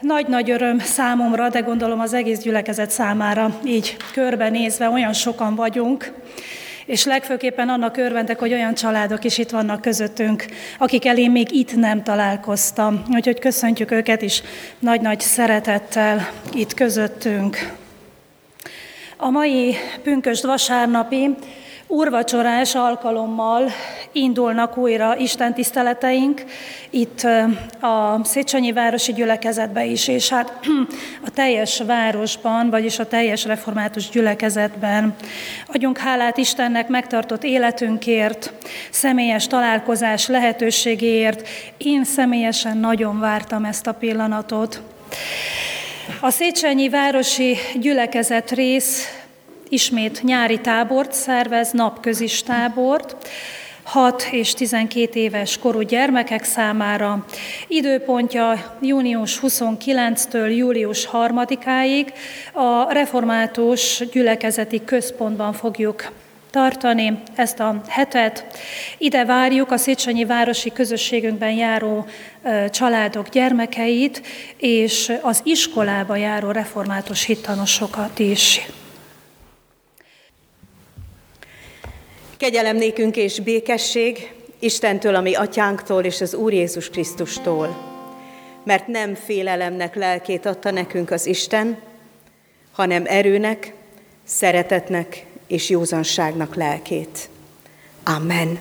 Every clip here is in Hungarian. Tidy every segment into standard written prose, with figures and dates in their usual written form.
Nagy-nagy öröm számomra, de gondolom az egész gyülekezet számára, így körbenézve olyan sokan vagyunk, és legfőképpen annak örvendek, hogy olyan családok is itt vannak közöttünk, akikkel én még itt nem találkoztam. Úgyhogy köszöntjük őket is nagy-nagy szeretettel itt közöttünk. A mai pünkösd vasárnapi úrvacsorás alkalommal indulnak újra istentiszteleteink itt a Széchenyi városi gyülekezetben is, és hát a teljes városban, vagyis a teljes református gyülekezetben. Adjunk hálát Istennek megtartott életünkért, személyes találkozás lehetőségéért. Én személyesen nagyon vártam ezt a pillanatot. A Széchenyi városi gyülekezet rész ismét nyári tábort szervez, napközis tábort, 6 és 12 éves korú gyermekek számára. Időpontja június 29-től július 3-áig a református gyülekezeti központban fogjuk tartani ezt a hetet. Ide várjuk a széchenyi városi közösségünkben járó családok gyermekeit, és az iskolába járó református hittanosokat is. Kegyelem nékünk és békesség Istentől, a mi atyánktól és az Úr Jézus Krisztustól, mert nem félelemnek lelkét adta nekünk az Isten, hanem erőnek, szeretetnek és józanságnak lelkét. Amen.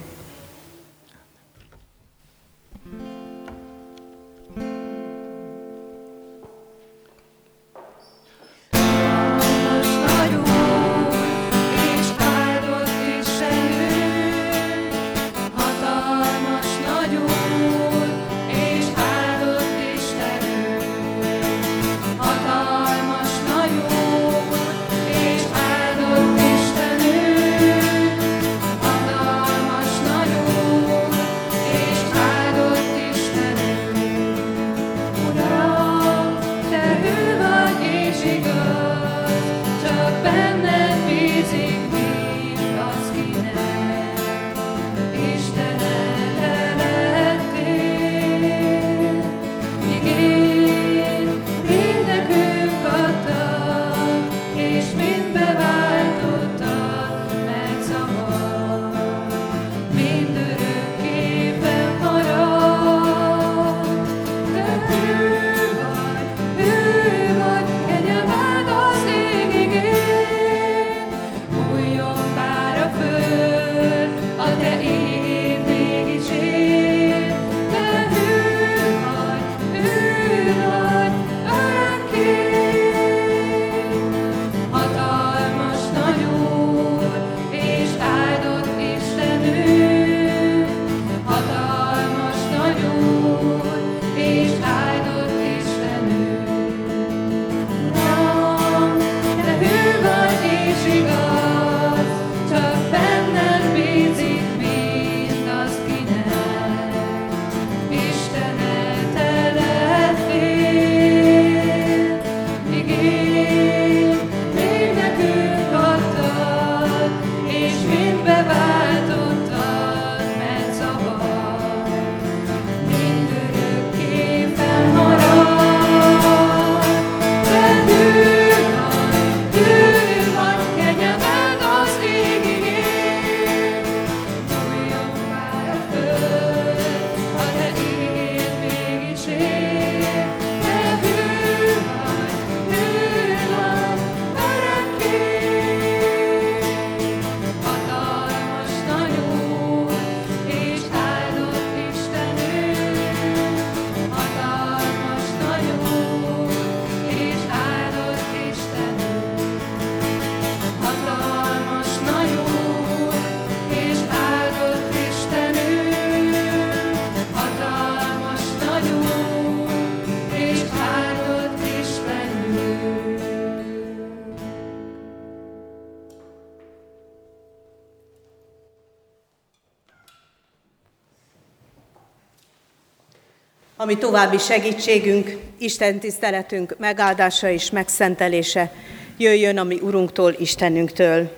Ami további segítségünk, Isten tiszteletünk megáldása és megszentelése jöjjön a mi Urunktól, Istenünktől,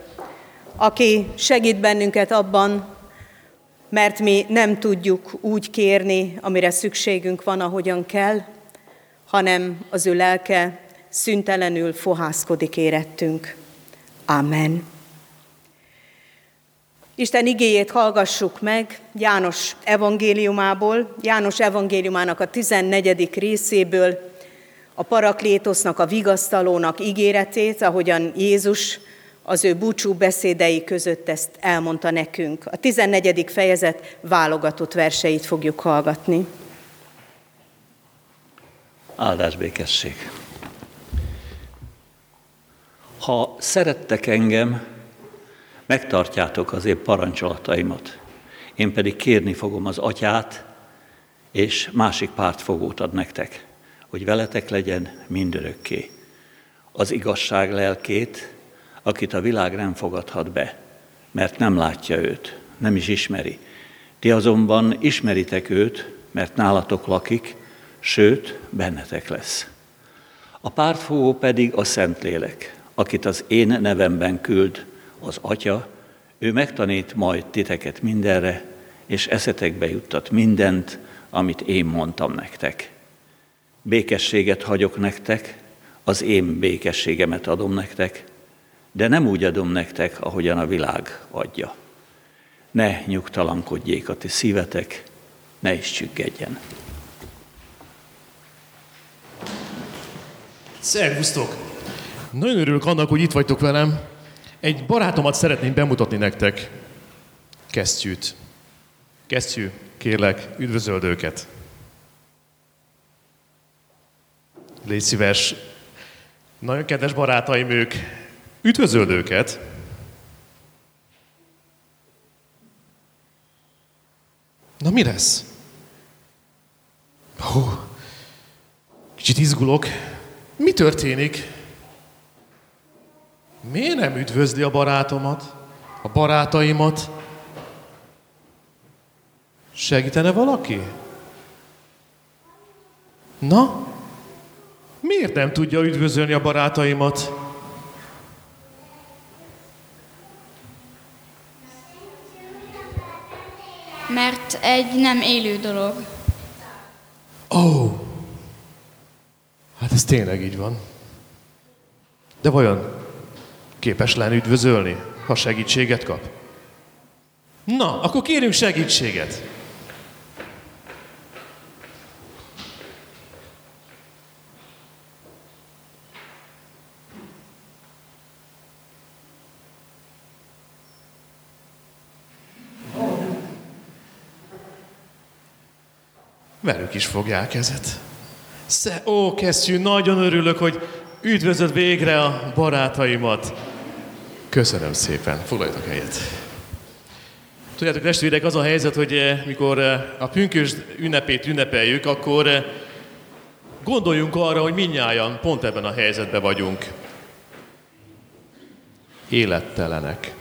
aki segít bennünket abban, mert mi nem tudjuk úgy kérni, amire szükségünk van, ahogyan kell, hanem az ő lelke szüntelenül fohászkodik érettünk. Amen. Isten igéjét hallgassuk meg János evangéliumából, János evangéliumának a 14. részéből, a Paraklétosznak, a vigasztalónak ígéretét, ahogyan Jézus az ő búcsú beszédei között ezt elmondta nekünk. A 14. fejezet válogatott verseit fogjuk hallgatni. Áldás békesség! Ha szerettek engem, megtartjátok az én parancsolataimat. Én pedig kérni fogom az Atyát, és másik pártfogót ad nektek, hogy veletek legyen mindörökké. Az igazság lelkét, akit a világ nem fogadhat be, mert nem látja őt, nem is ismeri. Ti azonban ismeritek őt, mert nálatok lakik, sőt, bennetek lesz. A pártfogó pedig a Szentlélek, akit az én nevemben küld az Atya, ő megtanít majd titeket mindenre, és eszetekbe juttat mindent, amit én mondtam nektek. Békességet hagyok nektek, az én békességemet adom nektek, de nem úgy adom nektek, ahogyan a világ adja. Ne nyugtalankodjék a ti szívetek, ne is csüggedjen. Szervusztok! Nagyon örülök annak, hogy itt vagytok velem. Egy barátomat szeretném bemutatni nektek. Kesztyűt. Kesztyű, kérlek, üdvözöld őket. Légy szíves. Nagyon kedves barátaim ők. Üdvözöld őket. Na mi lesz? Kicsit izgulok. Mi történik? Miért nem üdvözli a barátomat, a barátaimat? Segítene valaki? Na? Miért nem tudja üdvözölni a barátaimat? Mert egy nem élő dolog. Hát ez tényleg így van. De vajon képes lenne üdvözölni, ha segítséget kap? Na, akkor kérünk segítséget. Velük is fogják ezet. Kesztyű, nagyon örülök, hogy üdvözöld végre a barátaimat. Köszönöm szépen. Foglaljatok helyet. Tudjátok, testvérek, az a helyzet, hogy mikor a pünkösd ünnepét ünnepeljük, akkor gondoljunk arra, hogy mindnyájan pont ebben a helyzetben vagyunk. Élettelenek.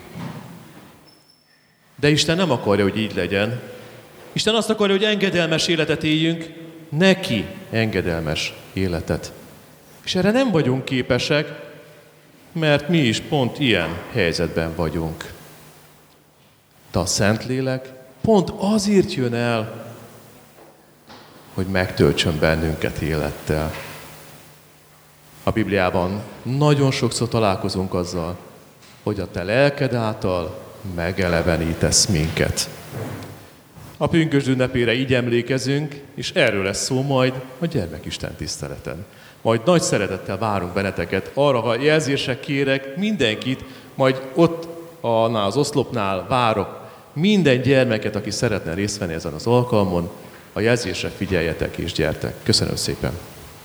De Isten nem akarja, hogy így legyen. Isten azt akarja, hogy engedelmes életet éljünk, neki engedelmes életet. És erre nem vagyunk képesek, mert mi is pont ilyen helyzetben vagyunk. De a Szentlélek pont azért jön el, hogy megtöltsön bennünket élettel. A Bibliában nagyon sokszor találkozunk azzal, hogy a te lelked által megelevenítesz minket. A pünkösd ünnepére így emlékezünk, és erről lesz szó majd a gyermekisten tiszteleten. Majd nagy szeretettel várunk benneteket, arra, ha jelzésre kérek mindenkit, majd ott az oszlopnál várok minden gyermeket, aki szeretne részt venni ezen az alkalmon, a jelzésre figyeljetek és gyertek. Köszönöm szépen!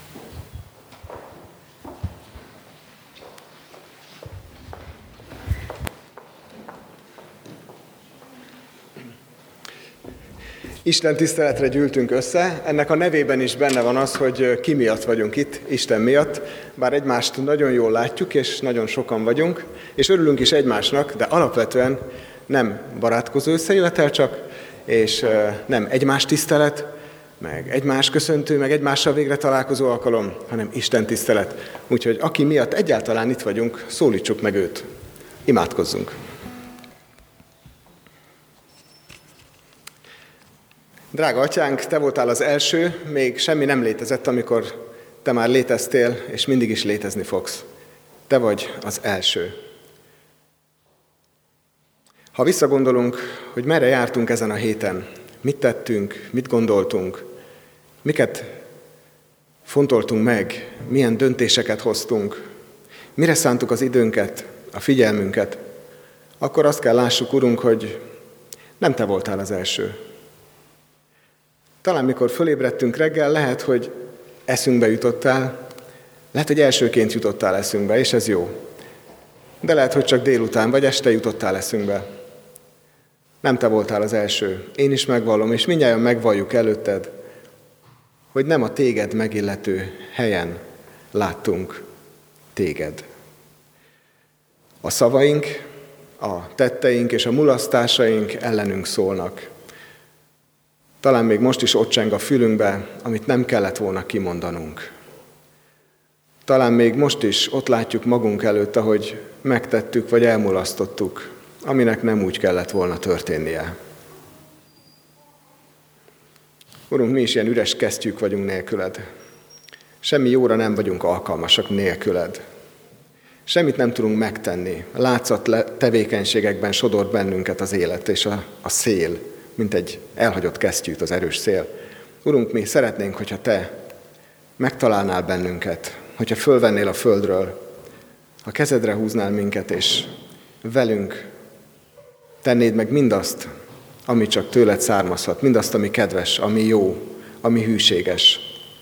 Isten tiszteletre gyűltünk össze, ennek a nevében is benne van az, hogy ki miatt vagyunk itt, Isten miatt, bár egymást nagyon jól látjuk, és nagyon sokan vagyunk, és örülünk is egymásnak, de alapvetően nem barátkozó összejövetel csak, és nem egymás tisztelet, meg egymás köszöntő, meg egymással végre találkozó alkalom, hanem Isten tisztelet. Úgyhogy aki miatt egyáltalán itt vagyunk, szólítsuk meg őt. Imádkozzunk! Drága Atyánk, Te voltál az első, még semmi nem létezett, amikor te már léteztél, és mindig is létezni fogsz. Te vagy az első. Ha visszagondolunk, hogy merre jártunk ezen a héten, mit tettünk, mit gondoltunk, miket fontoltunk meg, milyen döntéseket hoztunk, mire szántuk az időnket, a figyelmünket, akkor azt kell lássuk, Urunk, hogy nem te voltál az első. Talán mikor fölébredtünk reggel, lehet, hogy eszünkbe jutottál, lehet, hogy elsőként jutottál eszünkbe, és ez jó. De lehet, hogy csak délután vagy este jutottál eszünkbe. Nem te voltál az első. Én is megvallom, és mindnyájan megvalljuk előtted, hogy nem a téged megillető helyen láttunk téged. A szavaink, a tetteink és a mulasztásaink ellenünk szólnak. Talán még most is ott cseng a fülünkbe, amit nem kellett volna kimondanunk. Talán még most is ott látjuk magunk előtt, ahogy megtettük vagy elmulasztottuk, aminek nem úgy kellett volna történnie. Urunk, mi is ilyen üres kesztyűk vagyunk nélküled. Semmi jóra nem vagyunk alkalmasak nélküled. Semmit nem tudunk megtenni. Látszat tevékenységekben sodort bennünket az élet és a szél, mint egy elhagyott kesztyűt az erős szél. Urunk, mi szeretnénk, hogyha te megtalálnál bennünket, hogyha fölvennél a földről, ha kezedre húznál minket, és velünk tennéd meg mindazt, ami csak tőled származhat, mindazt, ami kedves, ami jó, ami hűséges.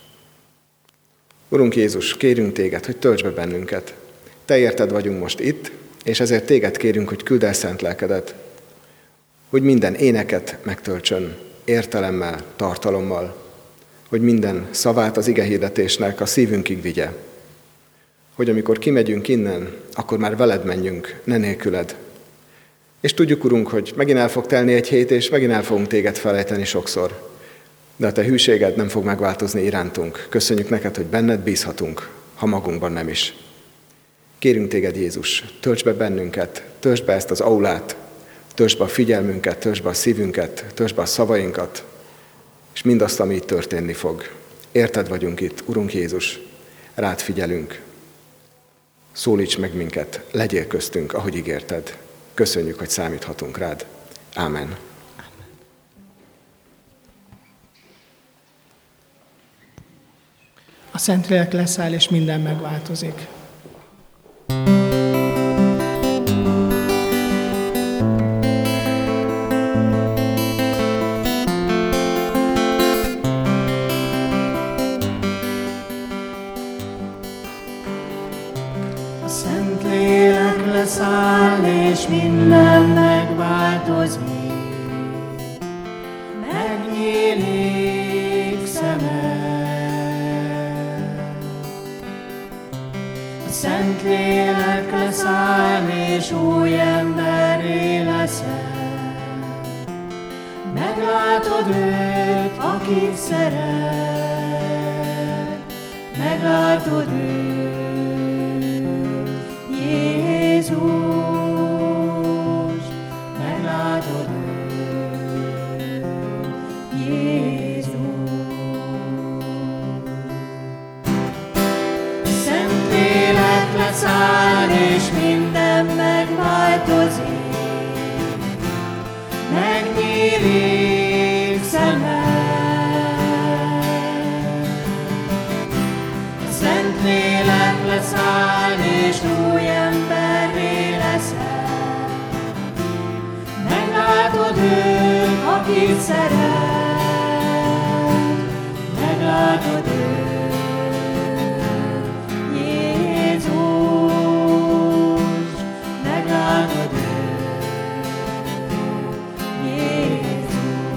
Urunk Jézus, kérünk téged, hogy töltsd be bennünket. Te érted vagyunk most itt, és ezért téged kérünk, hogy küldd el szent lelkedet, hogy minden éneket megtöltsön értelemmel, tartalommal, hogy minden szavát az igehirdetésnek a szívünkig vigye, hogy amikor kimegyünk innen, akkor már veled menjünk, ne nélküled. És tudjuk, Urunk, hogy megint el fog telni egy hét, és megint el fogunk téged felejteni sokszor. De a te hűséged nem fog megváltozni irántunk. Köszönjük neked, hogy benned bízhatunk, ha magunkban nem is. Kérünk téged, Jézus, töltsd be bennünket, töltsd be ezt az aulát, töltsd be a figyelmünket, töltsd be a szívünket, töltsd be a szavainkat, és mindazt, ami itt történni fog. Érted vagyunk itt, Urunk Jézus, rád figyelünk. Szólíts meg minket, legyél köztünk, ahogy ígérted. Köszönjük, hogy számíthatunk rád. Ámen. A Szentlélek leszáll, és minden megváltozik. A Szentlélek leszáll, és minden megváltozik. Megnyílik szemed. A Szentlélek leszáll, és új emberré leszel. Meglátod őt, akit szeret. Meglátod őt, Jézus, meglátod őt, Jézus. Szentlélek leszáll, és minden megváltozik. Megnyílik szemed. A Szentlélek leszáll, és új emberré leszel. Meglátod őt, akit szeret. Meglátod őt, Jézus. Meglátod őt, Jézus.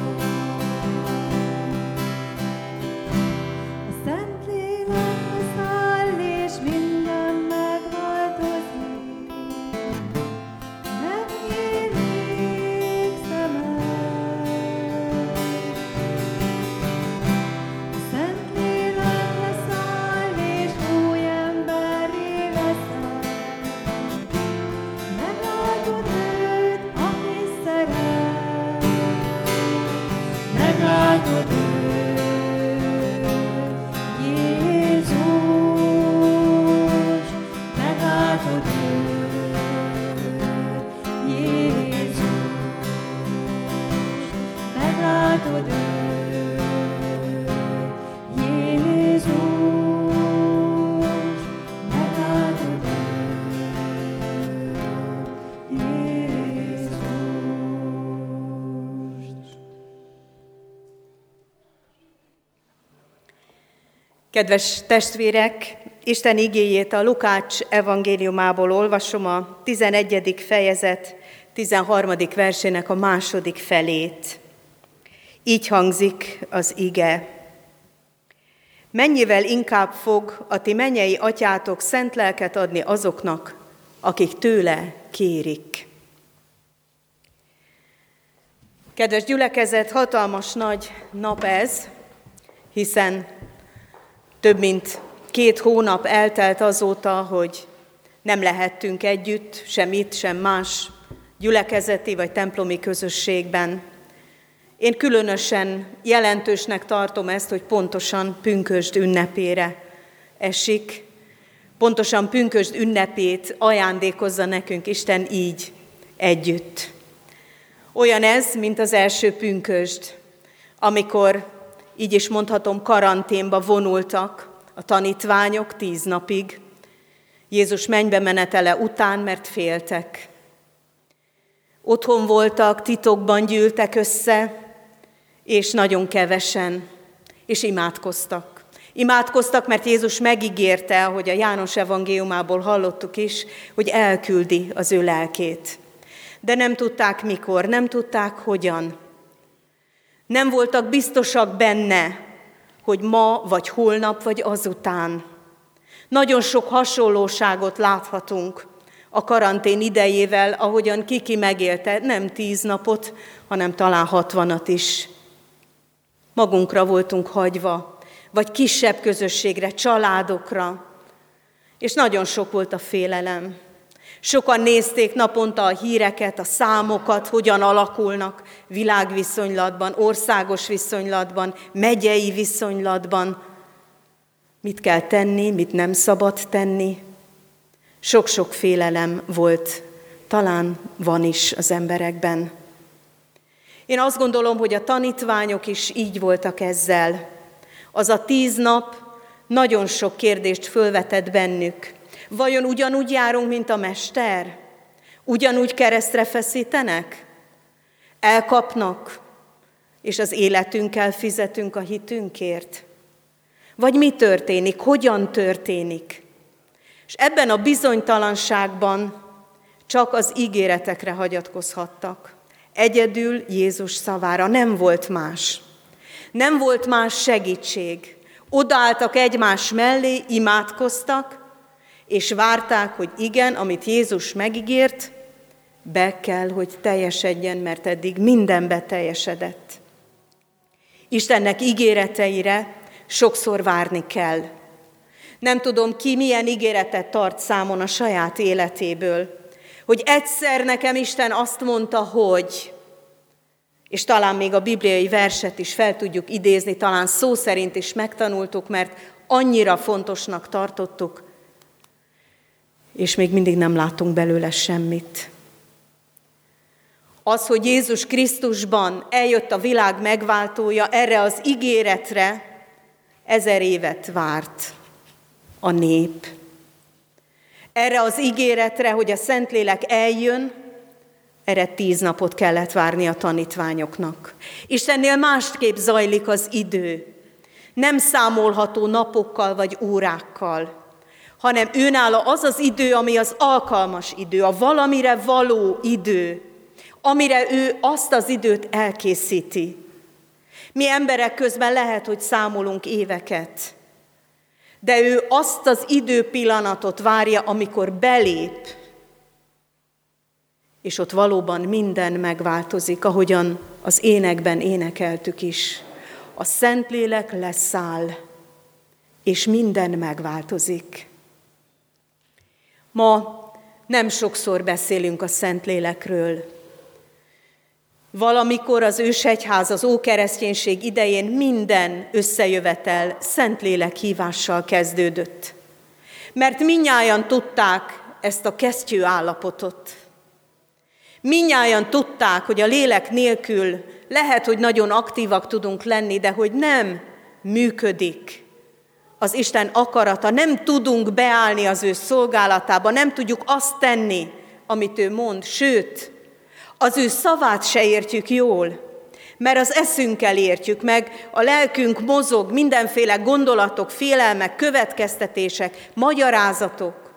A Szentlélek leszáll, és minden megváltozik. Megnyílik szemed. A Szentlélek Kedves testvérek, Isten igéjét a Lukács evangéliumából olvasom, a 11. fejezet 13. versének a második felét. Így hangzik az ige. Mennyivel inkább fog a ti mennyei atyátok szent lelket adni azoknak, akik tőle kérik. Kedves gyülekezet, hatalmas nagy nap ez, hiszen több mint 2 hónap eltelt azóta, hogy nem lehettünk együtt, sem itt, sem más gyülekezeti vagy templomi közösségben. Én különösen jelentősnek tartom ezt, hogy pontosan pünkösd ünnepére esik. Pontosan pünkösd ünnepét ajándékozza nekünk Isten így együtt. Olyan ez, mint az első pünkösd, amikor, így is mondhatom, karanténba vonultak a tanítványok 10 napig, Jézus mennybe menetele után, mert féltek. Otthon voltak, titokban gyűltek össze, és nagyon kevesen, és imádkoztak. Imádkoztak, mert Jézus megígérte, hogy a János evangéliumából hallottuk is, hogy elküldi az ő lelkét. De nem tudták mikor, nem tudták hogyan. Nem voltak biztosak benne, hogy ma, vagy holnap, vagy azután. Nagyon sok hasonlóságot láthatunk a karantén idejével, ahogyan Kiki megélte, nem 10 napot, hanem talán 60-at is. Magunkra voltunk hagyva, vagy kisebb közösségre, családokra, és nagyon sok volt a félelem. Sokan nézték naponta a híreket, a számokat, hogyan alakulnak világviszonylatban, országos viszonylatban, megyei viszonylatban. Mit kell tenni, mit nem szabad tenni. Sok-sok félelem volt, talán van is az emberekben. Én azt gondolom, hogy a tanítványok is így voltak ezzel. Az a 10 nap nagyon sok kérdést fölvetett bennük. Vajon ugyanúgy járunk, mint a mester? Ugyanúgy keresztre feszítenek? Elkapnak, és az életünkkel fizetünk a hitünkért? Vagy mi történik? Hogyan történik? És ebben a bizonytalanságban csak az ígéretekre hagyatkozhattak. Egyedül Jézus szavára, nem volt más. Nem volt más segítség. Odaálltak egymás mellé, imádkoztak, és várták, hogy igen, amit Jézus megígért, be kell, hogy teljesedjen, mert eddig minden beteljesedett. Istennek ígéreteire sokszor várni kell. Nem tudom, ki milyen ígéretet tart számon a saját életéből, hogy egyszer nekem Isten azt mondta, hogy, és talán még a bibliai verset is fel tudjuk idézni, talán szó szerint is megtanultuk, mert annyira fontosnak tartottuk, és még mindig nem látunk belőle semmit. Az, hogy Jézus Krisztusban eljött a világ megváltója, erre az ígéretre 1000 évet várt a nép. Erre az ígéretre, hogy a Szentlélek eljön, erre 10 napot kellett várni a tanítványoknak. Istennél másképp zajlik az idő. Nem számolható napokkal vagy órákkal, hanem őnála az az idő, ami az alkalmas idő, a valamire való idő, amire ő azt az időt elkészíti. Mi emberek közben lehet, hogy számolunk éveket, de ő azt az időpillanatot várja, amikor belép, és ott valóban minden megváltozik, ahogyan az énekben énekeltük is. A Szentlélek leszáll, és minden megváltozik. Ma nem sokszor beszélünk a Szentlélekről. Valamikor az ősegyház, az ókereszténység idején minden összejövetel Szentlélek hívással kezdődött. Mert mindnyájan tudták ezt a kesztyű állapotot. Mindnyájan tudták, hogy a lélek nélkül lehet, hogy nagyon aktívak tudunk lenni, de hogy nem működik az Isten akarata, nem tudunk beállni az ő szolgálatába, nem tudjuk azt tenni, amit ő mond, sőt, az ő szavát se értjük jól, Mert az eszünkkel értjük meg, a lelkünk mozog, mindenféle gondolatok, félelmek, következtetések, magyarázatok.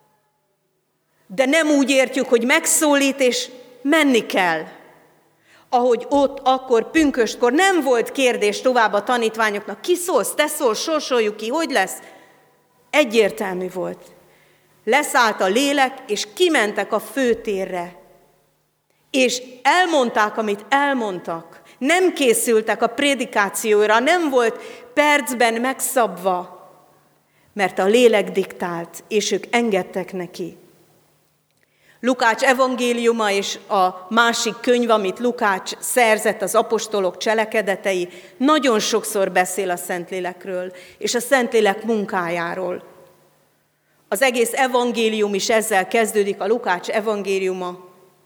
De nem úgy értjük, hogy megszólít és menni kell. Ahogy ott, akkor, pünköstkor nem volt kérdés tovább a tanítványoknak. Ki szólsz, te szólsz, sorsoljuk ki, hogy lesz? Egyértelmű volt. Leszállt a lélek, és kimentek a főtérre. És elmondták, amit elmondtak. Nem készültek a prédikációra, nem volt percben megszabva, mert a lélek diktált, és ők engedtek neki. Lukács evangéliuma és a másik könyv, amit Lukács szerzett, az apostolok cselekedetei, nagyon sokszor beszél a Szentlélekről, és a Szentlélek munkájáról. Az egész evangélium is ezzel kezdődik, a Lukács evangéliuma,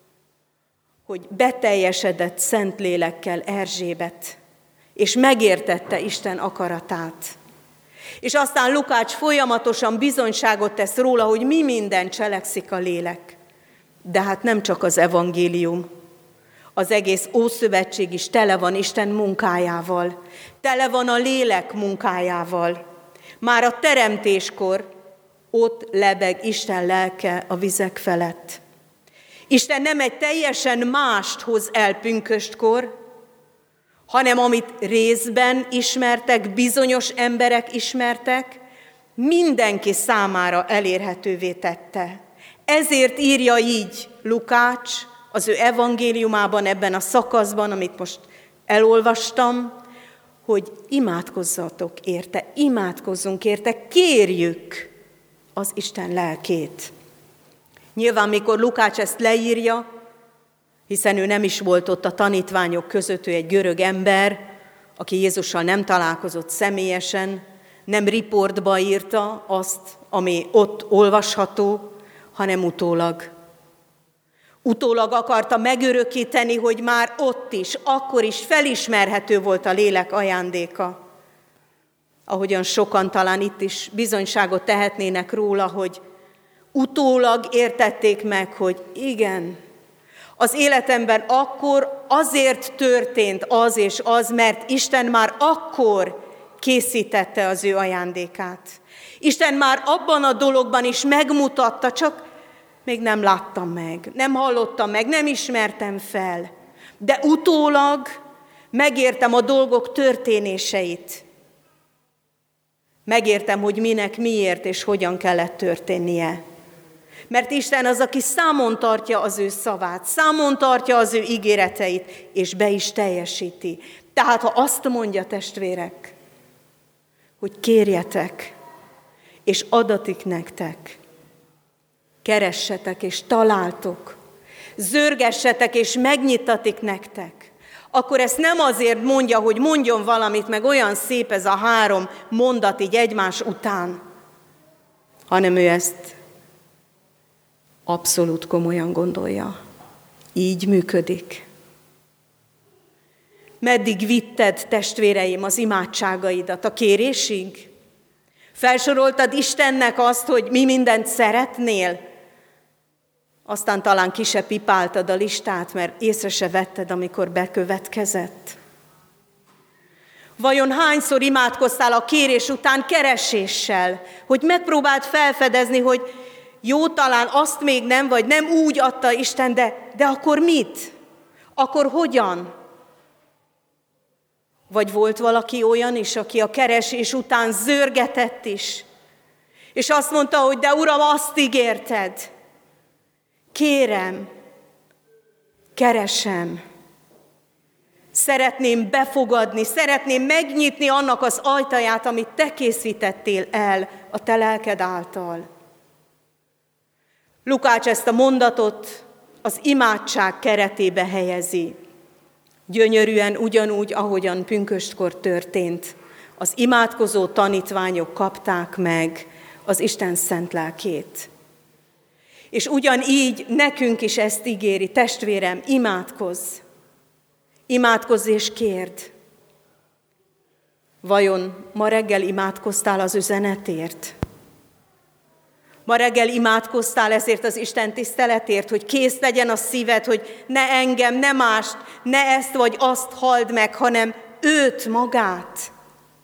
hogy beteljesedett Szentlélekkel Erzsébet, és megértette Isten akaratát. És aztán Lukács folyamatosan bizonyságot tesz róla, hogy mi minden cselekszik a lélek. De hát nem csak az evangélium, az egész Ószövetség is tele van Isten munkájával, tele van a lélek munkájával. Már a teremtéskor ott lebeg Isten lelke a vizek felett. Isten nem egy teljesen mást hoz el pünköstkor, hanem amit részben ismertek, bizonyos emberek ismertek, mindenki számára elérhetővé tette. Ezért írja így Lukács az ő evangéliumában, ebben a szakaszban, amit most elolvastam, hogy imádkozzatok érte, imádkozzunk érte, kérjük az Isten lelkét. Nyilván, mikor Lukács ezt leírja, hiszen ő nem is volt ott a tanítványok között, ő egy görög ember, aki Jézussal nem találkozott személyesen, nem riportba írta azt, ami ott olvasható, hanem utólag. Utólag akarta megörökíteni, hogy már ott is, akkor is felismerhető volt a lélek ajándéka. Ahogyan sokan talán itt is bizonyságot tehetnének róla, hogy utólag értették meg, hogy igen, az életemben akkor azért történt az és az, mert Isten már akkor készítette az ő ajándékát. Isten már abban a dologban is megmutatta, csak még nem láttam meg, nem hallottam meg, nem ismertem fel. De utólag megértem a dolgok történéseit. Megértem, hogy minek, miért és hogyan kellett történnie. Mert Isten az, aki számon tartja az ő szavát, számon tartja az ő ígéreteit, és be is teljesíti. Tehát, ha azt mondja, testvérek, hogy kérjetek, és adatik nektek, keressetek, és találtok, zörgessetek, és megnyitatik nektek, akkor ezt nem azért mondja, hogy mondjon valamit, meg olyan szép ez a 3 mondat így egymás után, hanem ő ezt abszolút komolyan gondolja. Így működik. Meddig vitted, testvéreim, az imádságaidat? A kérésig? Felsoroltad Istennek azt, hogy mi mindent szeretnél? Aztán talán ki se pipáltad a listát, mert észre se vetted, amikor bekövetkezett. Vajon hányszor imádkoztál a kérés után kereséssel, hogy megpróbáld felfedezni, hogy jó, talán azt még nem, vagy nem úgy adta Isten, de akkor mit? Akkor hogyan? Vagy volt valaki olyan is, aki a keresés után zörgetett is, és azt mondta, hogy de Uram, azt ígérted. Kérem, keresem, szeretném befogadni, szeretném megnyitni annak az ajtaját, amit te készítettél el a te lelked által. Lukács ezt a mondatot az imádság keretébe helyezi. Gyönyörűen ugyanúgy, ahogyan pünköstkor történt. Az imádkozó tanítványok kapták meg az Isten szent lelkét. És ugyanígy nekünk is ezt ígéri, testvérem, imádkozz. Imádkozz és kérd. Vajon ma reggel imádkoztál az üzenetért? Ma reggel imádkoztál ezért az Isten tiszteletért, hogy kész legyen a szíved, hogy ne engem, ne mást, ne ezt vagy azt halld meg, hanem őt magát.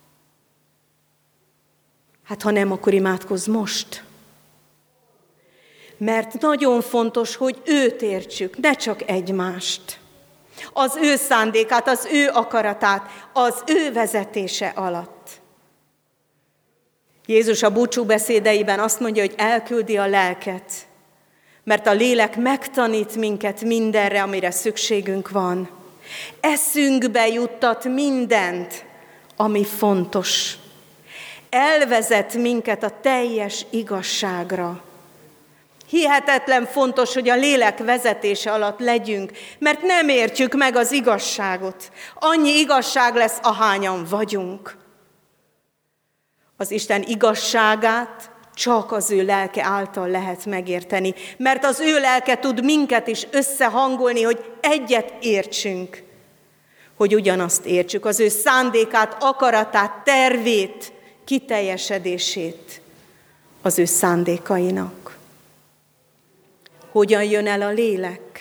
Hát ha nem, akkor imádkozz most. Mert nagyon fontos, hogy őt értsük, ne csak egymást. Az ő szándékát, az ő akaratát, az ő vezetése alatt. Jézus a búcsúbeszédeiben azt mondja, hogy elküldi a lelket, mert a lélek megtanít minket mindenre, amire szükségünk van. Eszünkbe juttat mindent, ami fontos. Elvezet minket a teljes igazságra. Hihetetlen fontos, hogy a lélek vezetése alatt legyünk, mert nem értjük meg az igazságot. Annyi igazság lesz, ahányan vagyunk. Az Isten igazságát csak az ő lelke által lehet megérteni, mert az ő lelke tud minket is összehangolni, hogy egyet értsünk, hogy ugyanazt értsük, az ő szándékát, akaratát, tervét, kiteljesedését az ő szándékainak. Hogyan jön el a lélek?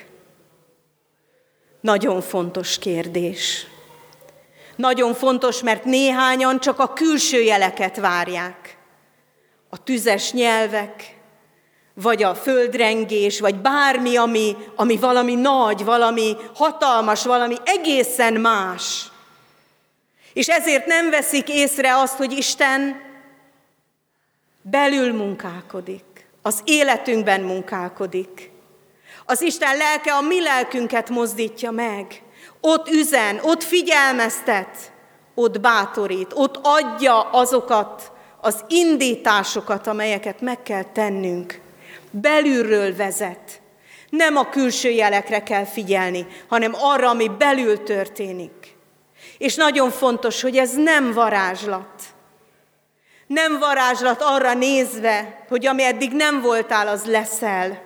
Nagyon fontos kérdés. Nagyon fontos, mert néhányan csak a külső jeleket várják. A tüzes nyelvek, vagy a földrengés, vagy bármi, ami valami nagy, valami hatalmas, valami egészen más. És ezért nem veszik észre azt, hogy Isten belül munkálkodik, az életünkben munkálkodik. Az Isten lelke a mi lelkünket mozdítja meg. Ott üzen, ott figyelmeztet, ott bátorít, ott adja azokat az indításokat, amelyeket meg kell tennünk. Belülről vezet. Nem a külső jelekre kell figyelni, hanem arra, ami belül történik. És nagyon fontos, hogy ez nem varázslat. Nem varázslat arra nézve, hogy ami eddig nem voltál, az leszel,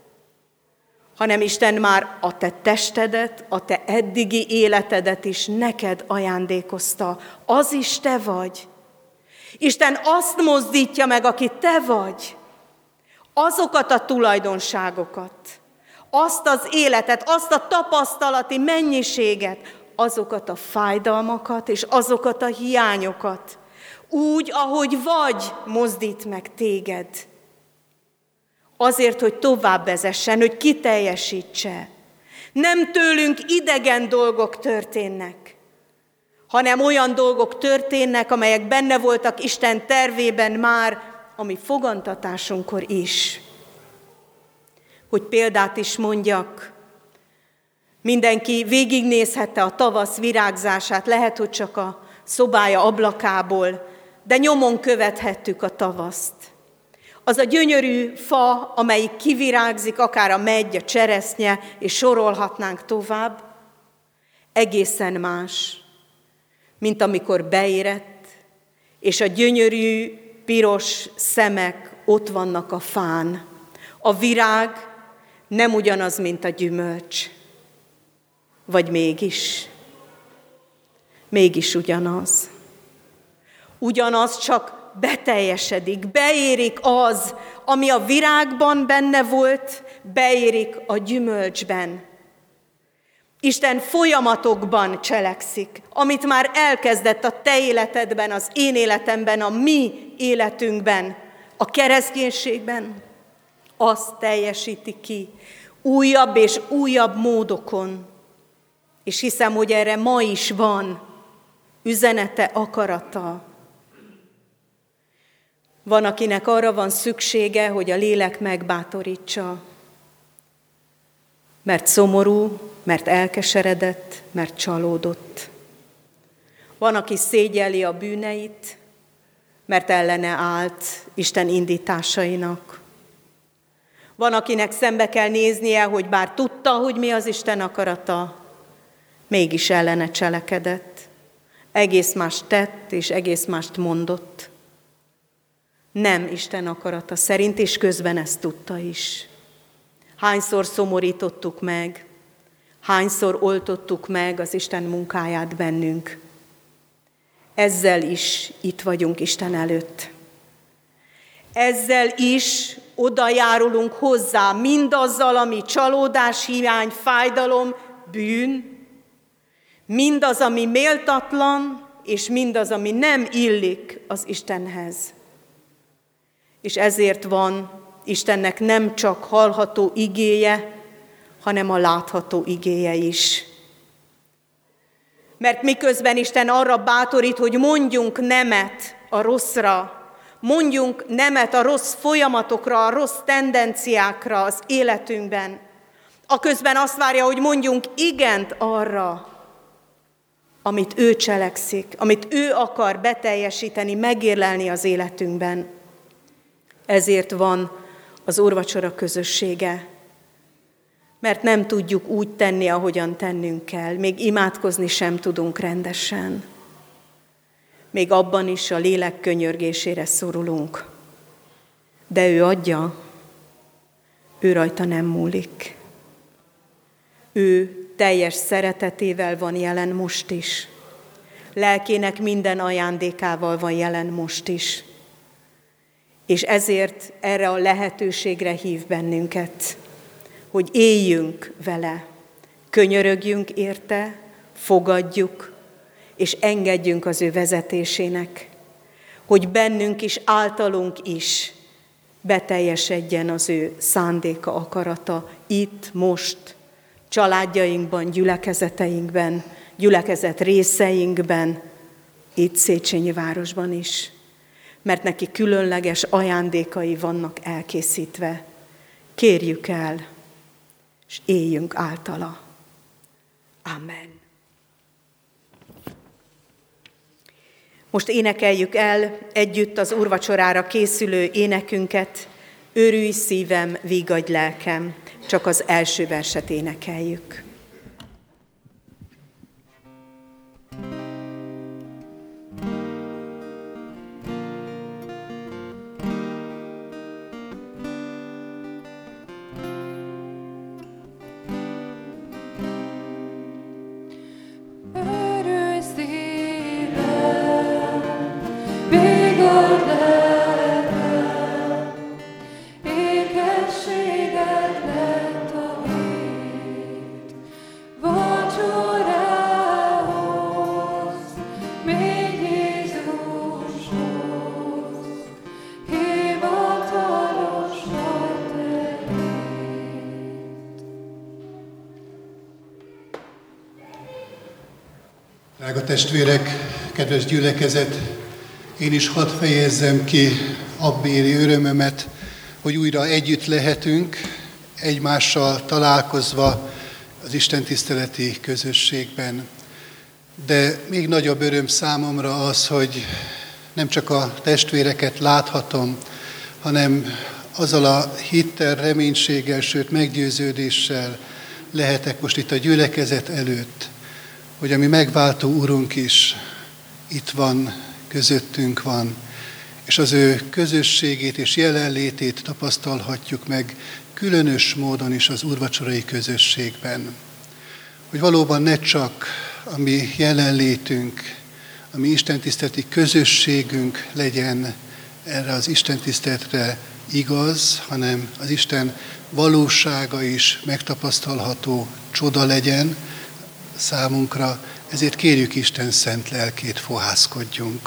hanem Isten már a te testedet, a te eddigi életedet is neked ajándékozta. Az is te vagy. Isten azt mozdítja meg, aki te vagy. Azokat a tulajdonságokat, azt az életet, azt a tapasztalati mennyiséget, azokat a fájdalmakat és azokat a hiányokat, úgy, ahogy vagy, mozdít meg téged. Azért, hogy tovább vezessen, hogy kiteljesítse. Nem tőlünk idegen dolgok történnek, hanem olyan dolgok történnek, amelyek benne voltak Isten tervében már, a mi fogantatásunkkor is. Hogy példát is mondjak, mindenki végignézhette a tavasz virágzását, lehet, hogy csak a szobája ablakából, de nyomon követhettük a tavaszt. Az a gyönyörű fa, amelyik kivirágzik, akár a meggy, a cseresznye, és sorolhatnánk tovább, egészen más, mint amikor beérett, és a gyönyörű, piros szemek ott vannak a fán. A virág nem ugyanaz, mint a gyümölcs. Vagy mégis? Mégis ugyanaz. Ugyanaz, csak beteljesedik, beérik az, ami a virágban benne volt, beérik a gyümölcsben. Isten folyamatokban cselekszik, amit már elkezdett a te életedben, az én életemben, a mi életünkben, a kereszténységben, azt teljesíti ki újabb és újabb módokon. És hiszem, hogy erre ma is van üzenete, akarata. Van, akinek arra van szüksége, hogy a lélek megbátorítsa, mert szomorú, mert elkeseredett, mert csalódott. Van, aki szégyelli a bűneit, mert ellene állt Isten indításainak. Van, akinek szembe kell néznie, hogy bár tudta, hogy mi az Isten akarata, mégis ellene cselekedett. Egész más tett, és egész mást mondott. Nem Isten akarata szerint, és közben ezt tudta is. Hányszor szomorítottuk meg, hányszor oltottuk meg az Isten munkáját bennünk. Ezzel is itt vagyunk Isten előtt. Ezzel is oda járulunk hozzá mindazzal, ami csalódás, hiány, fájdalom, bűn, mindaz, ami méltatlan, és mindaz, ami nem illik az Istenhez. És ezért van Istennek nem csak hallható igéje, hanem a látható igéje is. Mert miközben Isten arra bátorít, hogy mondjunk nemet a rosszra, mondjunk nemet a rossz folyamatokra, a rossz tendenciákra az életünkben, aközben azt várja, hogy mondjunk igent arra, amit ő cselekszik, amit ő akar beteljesíteni, megérlelni az életünkben. Ezért van az úrvacsora közössége, mert nem tudjuk úgy tenni, ahogyan tennünk kell. Még imádkozni sem tudunk rendesen. Még abban is a lélek könyörgésére szorulunk. De ő adja, ő rajta nem múlik. Ő teljes szeretetével van jelen most is. Lelkének minden ajándékával van jelen most is. És ezért erre a lehetőségre hív bennünket, hogy éljünk vele, könyörögjünk érte, fogadjuk, és engedjünk az ő vezetésének, hogy bennünk is, általunk is beteljesedjen az ő szándéka, akarata itt, most, családjainkban, gyülekezeteinkben, gyülekezet részeinkben, itt Széchenyi városban is, mert neki különleges ajándékai vannak elkészítve. Kérjük el, és éljünk általa. Amen. Most énekeljük el együtt az úrvacsorára készülő énekünket, Őrülj szívem, vígadj lelkem, csak az első verset énekeljük. Drága testvérek, kedves gyülekezet, én is hadd fejezzem ki abbéli örömömet, hogy újra együtt lehetünk, egymással találkozva az istentiszteleti közösségben. De még nagyobb öröm számomra az, hogy nem csak a testvéreket láthatom, hanem azzal a hittel, reménységgel, sőt meggyőződéssel lehetek most itt a gyülekezet előtt, hogy a mi megváltó Urunk is itt van, közöttünk van, és az ő közösségét és jelenlétét tapasztalhatjuk meg különös módon is az úrvacsorai közösségben. Hogy valóban ne csak a mi jelenlétünk, a mi istentiszteleti közösségünk legyen erre az istentiszteletre igaz, hanem az Isten valósága is megtapasztalható csoda legyen számunkra, ezért kérjük Isten szent lelkét, fohászkodjunk.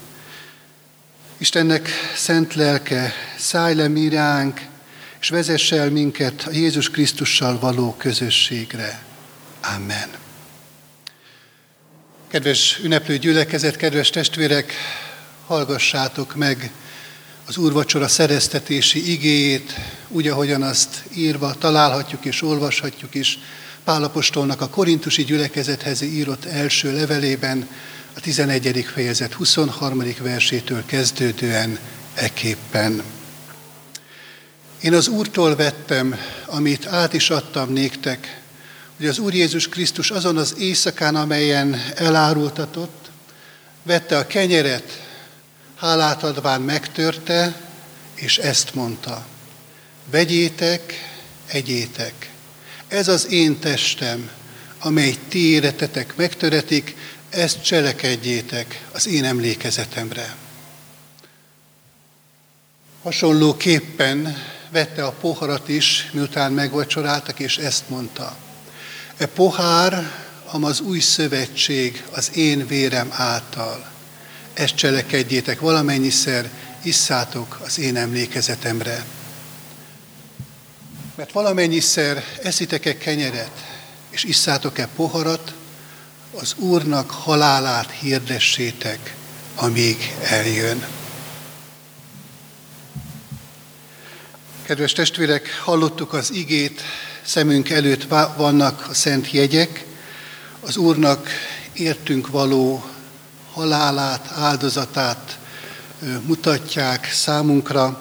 Istennek szent lelke, szállj le mi ránk, és vezess el minket a Jézus Krisztussal való közösségre. Amen. Kedves ünneplő gyülekezet, kedves testvérek, hallgassátok meg az úrvacsora szereztetési igéjét, úgy, ahogyan azt írva találhatjuk és olvashatjuk is Pál apostolnak a korintusi gyülekezethez írott első levelében, a 11. fejezet 23. versétől kezdődően eképpen. Én az Úrtól vettem, amit át is adtam néktek, hogy az Úr Jézus Krisztus azon az éjszakán, amelyen elárultatott, vette a kenyeret, hálát adván megtörte, és ezt mondta: vegyétek, egyétek, ez az én testem, amely ti éretetek megtöretik, ezt cselekedjétek az én emlékezetemre. Hasonlóképpen vette a poharat is, miután megvacsoráltak, és ezt mondta. E pohár, az új szövetség az én vérem által. Ezt cselekedjétek valamennyiszer, isszátok az én emlékezetemre. Mert valamennyiszer eszitek-e kenyeret, és isszátok-e poharat, az Úrnak halálát hirdessétek, amíg eljön. Kedves testvérek, hallottuk az igét, szemünk előtt vannak a szent jegyek, az Úrnak értünk való halálát, áldozatát mutatják számunkra.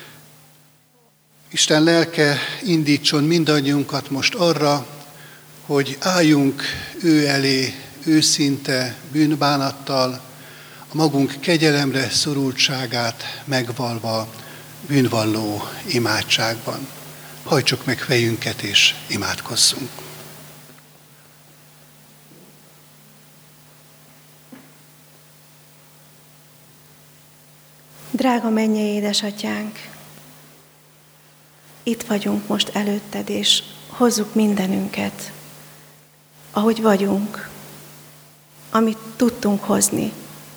Isten lelke indítson mindannyiunkat most arra, hogy álljunk ő elé őszinte bűnbánattal, a magunk kegyelemre szorultságát megvalva bűnvalló imádságban. Hajtsuk meg fejünket és imádkozzunk. Drága mennyei édesatyánk, itt vagyunk most előtted, és hozzuk mindenünket, ahogy vagyunk, amit tudtunk hozni.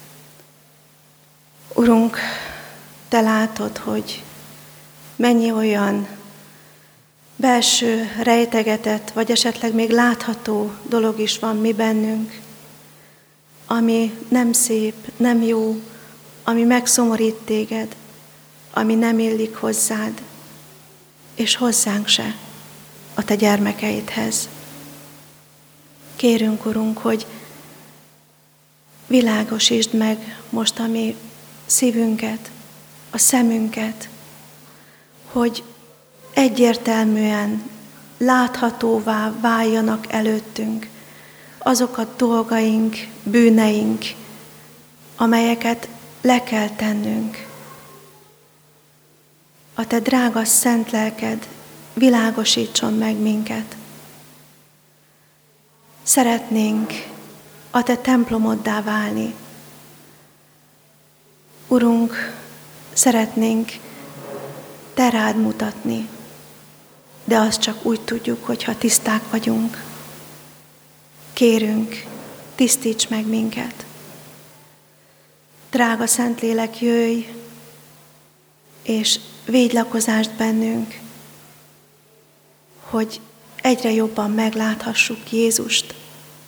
Urunk, te látod, hogy mennyi olyan belső rejtegetett, vagy esetleg még látható dolog is van mi bennünk, ami nem szép, nem jó, ami megszomorít téged, ami nem illik hozzád, és hozzánk se, a te gyermekeidhez. Kérünk, Urunk, hogy világosítsd meg most a mi szívünket, a szemünket, hogy egyértelműen láthatóvá váljanak előttünk azok a dolgaink, bűneink, amelyeket le kell tennünk. A te drága szent lelked világosítson meg minket. Szeretnénk a te templomoddá válni. Urunk, szeretnénk te rád mutatni, de azt csak úgy tudjuk, hogyha tiszták vagyunk. Kérünk, tisztíts meg minket. Drága Szentlélek, jöjj, és védj lakozást bennünk, hogy egyre jobban megláthassuk Jézust,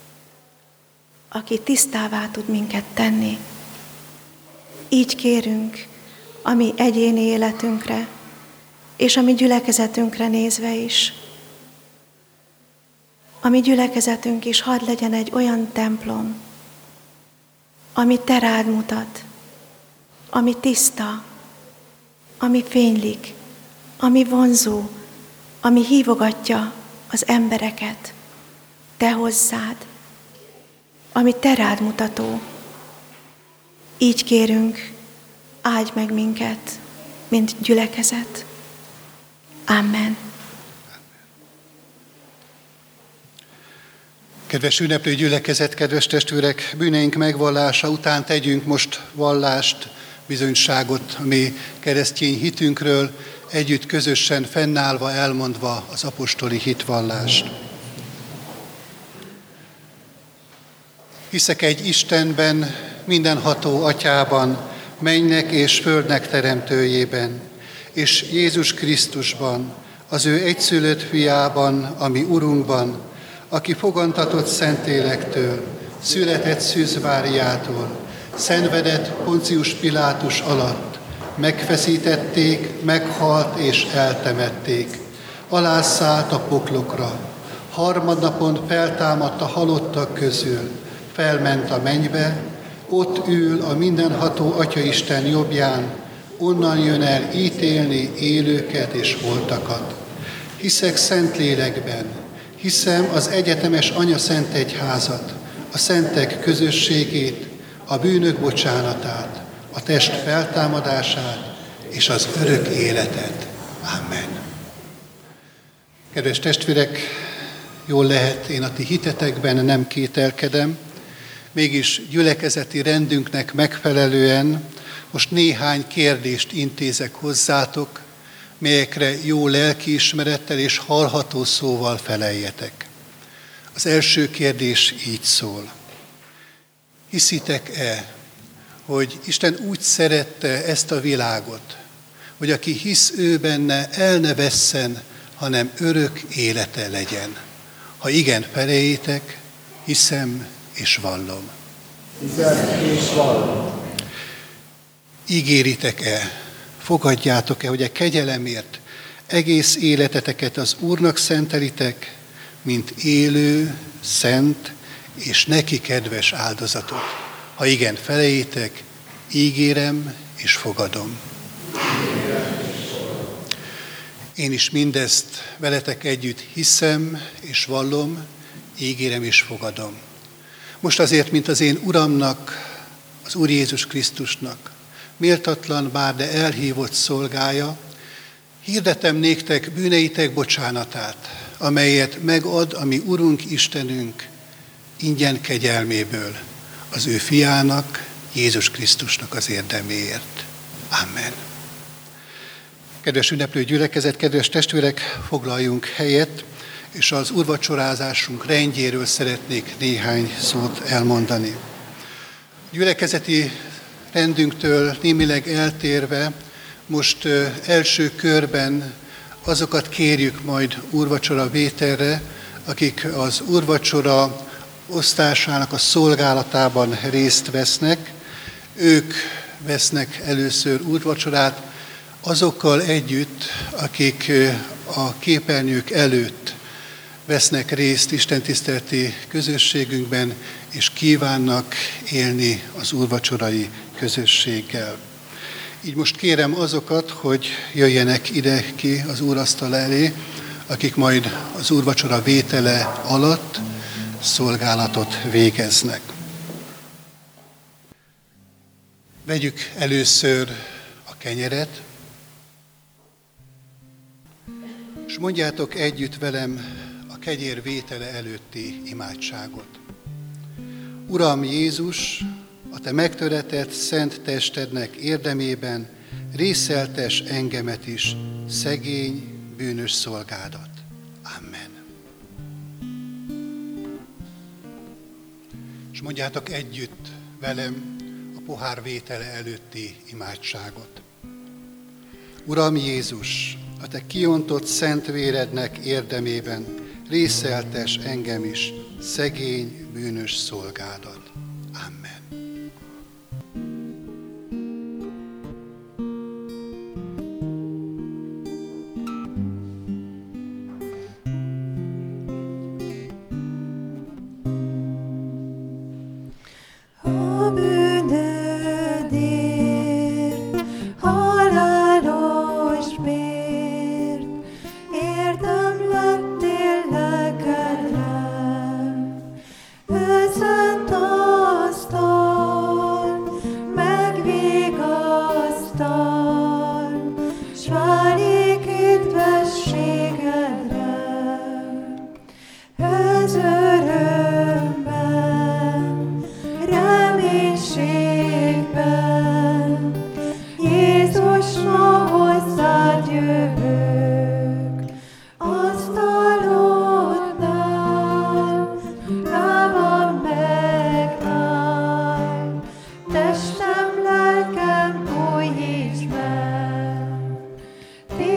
aki tisztává tud minket tenni. Így kérünk a mi egyéni életünkre, és a mi gyülekezetünkre nézve is. A mi gyülekezetünk is hadd legyen egy olyan templom, ami te rád mutat, ami tiszta, ami fénylik, ami vonzó, ami hívogatja az embereket te hozzád, ami te rád mutató. Így kérünk, áldj meg minket, mint gyülekezet. Amen. Kedves ünneplő gyülekezet, kedves testvérek, bűneink megvallása után tegyünk most vallást, bizonyságot a mi keresztény hitünkről, együtt közösen fennállva, elmondva az apostoli hitvallást. Hiszek egy Istenben, mindenható Atyában, mennynek és földnek teremtőjében, és Jézus Krisztusban, az ő egyszülött fiában, a mi Urunkban, aki fogantatott Szentlélektől, született Szűz Máriától, szenvedett Poncius Pilátus alatt, megfeszítették, meghalt és eltemették, alászállt a poklokra, harmadnapon feltámadt a halottak közül, felment a mennybe, ott ül a mindenható Atyaisten jobbján, onnan jön el ítélni élőket és holtakat. Hiszek Szentlélekben, hiszem az egyetemes Anyaszent Egyházat, a szentek közösségét, a bűnök bocsánatát, a test feltámadását és az örök életet. Amen. Kedves testvérek, jól lehet, én a ti hitetekben nem kételkedem, mégis gyülekezeti rendünknek megfelelően most néhány kérdést intézek hozzátok, melyekre jó lelkiismerettel és hallható szóval feleljetek. Az első kérdés így szól. Hiszitek-e, hogy Isten úgy szerette ezt a világot, hogy aki hisz ő benne, el ne vesszen, hanem örök élete legyen? Ha igen, feleljétek, hiszem és vallom. Hiszem és vallom. Ígéritek-e, fogadjátok-e, hogy a kegyelemért egész életeteket az Úrnak szentelitek, mint élő, szent és neki kedves áldozatot? Ha igen, feleljétek, ígérem és fogadom. Én is mindezt veletek együtt hiszem és vallom, ígérem és fogadom. Most azért, mint az én Uramnak, az Úr Jézus Krisztusnak, méltatlan bár, de elhívott szolgája, hirdetem néktek bűneitek bocsánatát, amelyet megad a mi Urunk Istenünk ingyen kegyelméből, az ő fiának, Jézus Krisztusnak az érdeméért. Amen. Kedves ünneplő gyülekezet, kedves testvérek, foglaljunk helyet, és az úrvacsorázásunk rendjéről szeretnék néhány szót elmondani. Gyülekezeti rendünktől némileg eltérve, most első körben azokat kérjük majd úrvacsora vételre, akik az úrvacsora osztásának a szolgálatában részt vesznek. Ők vesznek először úrvacsorát azokkal együtt, akik a képernyők előtt vesznek részt istentiszteleti közösségünkben, és kívánnak élni az úrvacsorai közösséggel. Így most kérem azokat, hogy jöjjenek ide ki az úrasztal elé, akik majd az úrvacsora vétele alatt szolgálatot végeznek. Vegyük először a kenyeret, és mondjátok együtt velem a kenyér vétele előtti imádságot. Uram Jézus, a te megtöretett szent testednek érdemében részeltes engemet is, szegény, bűnös szolgádat. Amen. És mondjátok együtt velem a pohár vétele előtti imádságot. Uram Jézus, a te kiontott szent vérednek érdemében részeltes engem is, szegény, bűnös szolgádat. Amen. A bűnödért, halálos bért, érdemlettél lelkedre, szent asztal, megvigasztal, s válik üdvességedre. Ez örömben, reménységben, Jézus, ma hozzád jövök, asztalodnál, lábam megáll, testem, lelkem újítsd meg,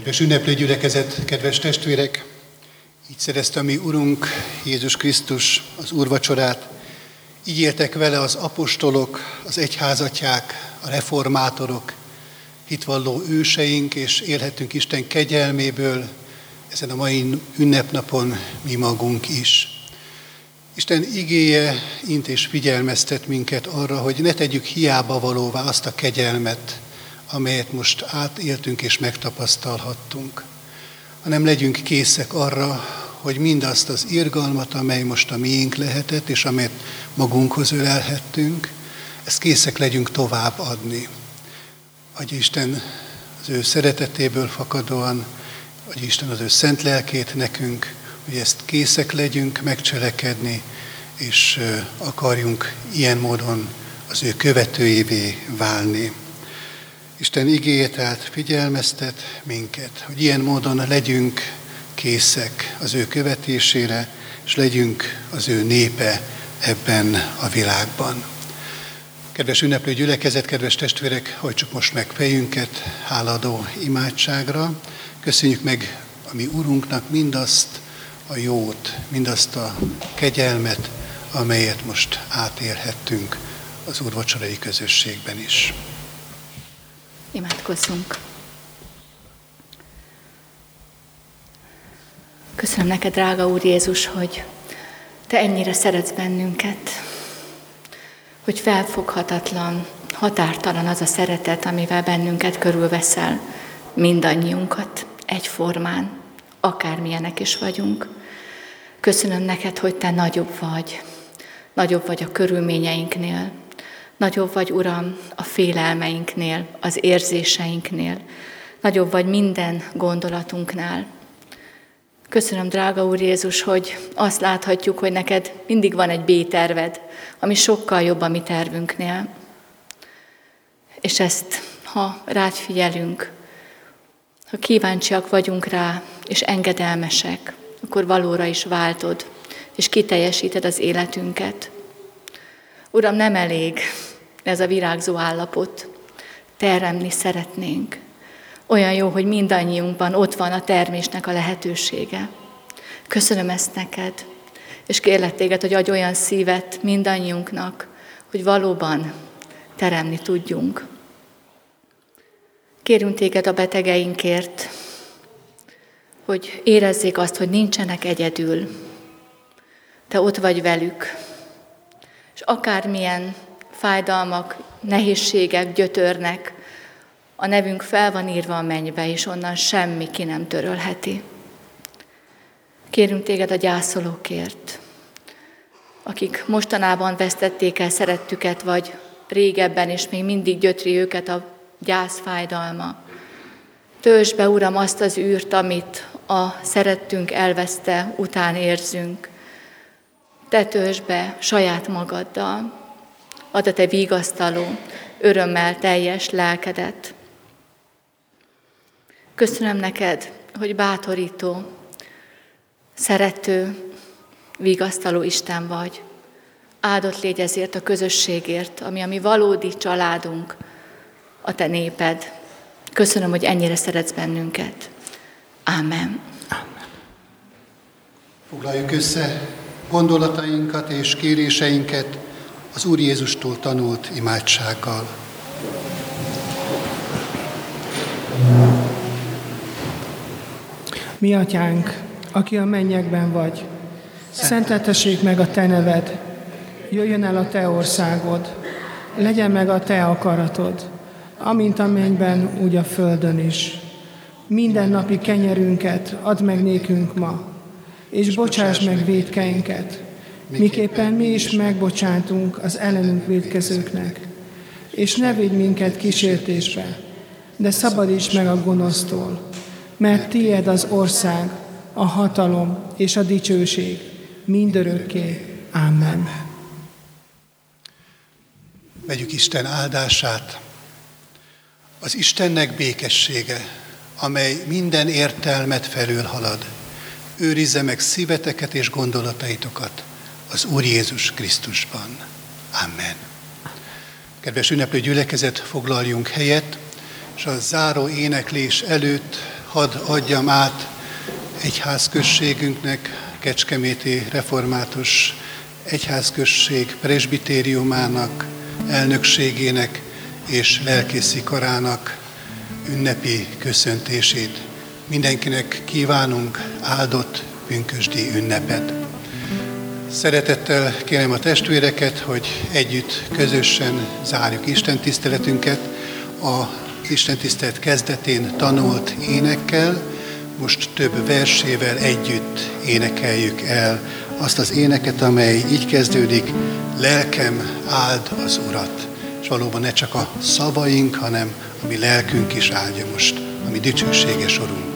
Kedves ünneplő gyülekezet, kedves testvérek! Így szerezte a mi Urunk Jézus Krisztus az úrvacsorát. Így éltek vele az apostolok, az egyházatják, a reformátorok, hitvalló őseink, és élhetünk Isten kegyelméből ezen a mai ünnepnapon mi magunk is. Isten igéje int és figyelmeztet minket arra, hogy ne tegyük hiába valóvá azt a kegyelmet, amelyet most átéltünk és megtapasztalhattunk, hanem legyünk készek arra, hogy mindazt az irgalmat, amely most a miénk lehetett, és amelyet magunkhoz ölelhettünk, ezt készek legyünk tovább adni. Adja Isten az ő szeretetéből fakadóan, adja Isten az ő szent lelkét nekünk, hogy ezt készek legyünk megcselekedni, és akarjunk ilyen módon az ő követőivé válni. Isten igéje tehát figyelmeztet minket, hogy ilyen módon legyünk készek az ő követésére, és legyünk az ő népe ebben a világban. Kedves ünneplő gyülekezet, kedves testvérek, hajtsuk most meg fejünket hálaadó imádságra. Köszönjük meg a mi Urunknak mindazt a jót, mindazt a kegyelmet, amelyet most átélhettünk az úrvacsorai közösségben is. Imádkozzunk. Köszönöm neked, drága Úr Jézus, hogy Te ennyire szeretsz bennünket, hogy felfoghatatlan, határtalan az a szeretet, amivel bennünket körülveszel, mindannyiunkat egyformán, akármilyenek is vagyunk. Köszönöm neked, hogy Te nagyobb vagy a körülményeinknél, nagyobb vagy, Uram, a félelmeinknél, az érzéseinknél, nagyobb vagy minden gondolatunknál. Köszönöm, drága Úr Jézus, hogy azt láthatjuk, hogy neked mindig van egy B-terved, ami sokkal jobb a mi tervünknél. És ezt, ha rád figyelünk, ha kíváncsiak vagyunk rá, és engedelmesek, akkor valóra is váltod, és kiteljesíted az életünket. Uram, nem elég ez a virágzó állapot, teremni szeretnénk. Olyan jó, hogy mindannyiunkban ott van a termésnek a lehetősége. Köszönöm ezt neked, és kérlek téged, hogy adj olyan szívet mindannyiunknak, hogy valóban teremni tudjunk. Kérünk téged a betegeinkért, hogy érezzék azt, hogy nincsenek egyedül. Te ott vagy velük, és akármilyen fájdalmak, nehézségek gyötörnek, a nevünk fel van írva a mennybe, és onnan semmi ki nem törölheti. Kérünk téged a gyászolókért, akik mostanában vesztették el szerettüket, vagy régebben, és még mindig gyötri őket a gyászfájdalma. Töltsd be, Uram, azt az űrt, amit a szerettünk elveszte után érzünk. Te töltsd be saját magaddal, add a te vigasztaló, örömmel teljes lelkedet. Köszönöm neked, hogy bátorító, szerető, vigasztaló Isten vagy. Áldott légy ezért a közösségért, ami a mi valódi családunk, a te néped. Köszönöm, hogy ennyire szeretsz bennünket. Ámen. Foglaljuk össze gondolatainkat és kéréseinket az Úr Jézustól tanult imádsággal. Mi atyánk, aki a mennyekben vagy, szenteltessék meg a te neved, jöjjön el a te országod, legyen meg a te akaratod, amint a mennyben, úgy a földön is. Minden napi kenyerünket add meg nékünk ma, és bocsáss meg vétkeinket, miképpen mi is megbocsátunk az ellenünk vétkezőknek. És ne védj minket kísértésbe, de szabadíts meg a gonosztól, mert tiéd az ország, a hatalom és a dicsőség mindörökké. Amen. Vegyük Isten áldását. Az Istennek békessége, amely minden értelmet felülhalad, őrizze meg szíveteket és gondolataitokat az Úr Jézus Krisztusban. Amen. Kedves ünneplő gyülekezet, foglaljunk helyet, és a záró éneklés előtt hadd adjam át egyházközségünknek, Kecskeméti Református Egyházközség presbitériumának, elnökségének és lelkészi karának ünnepi köszöntését. Mindenkinek kívánunk áldott pünkösdi ünnepet. Szeretettel kérem a testvéreket, hogy együtt, közösen zárjuk istentiszteletünket az istentisztelet kezdetén tanult énekkel. Most több versével együtt énekeljük el azt az éneket, amely így kezdődik: lelkem, áld az Urat. És valóban ne csak a szavaink, hanem a mi lelkünk is áldja most a mi dicsőséges Urunk.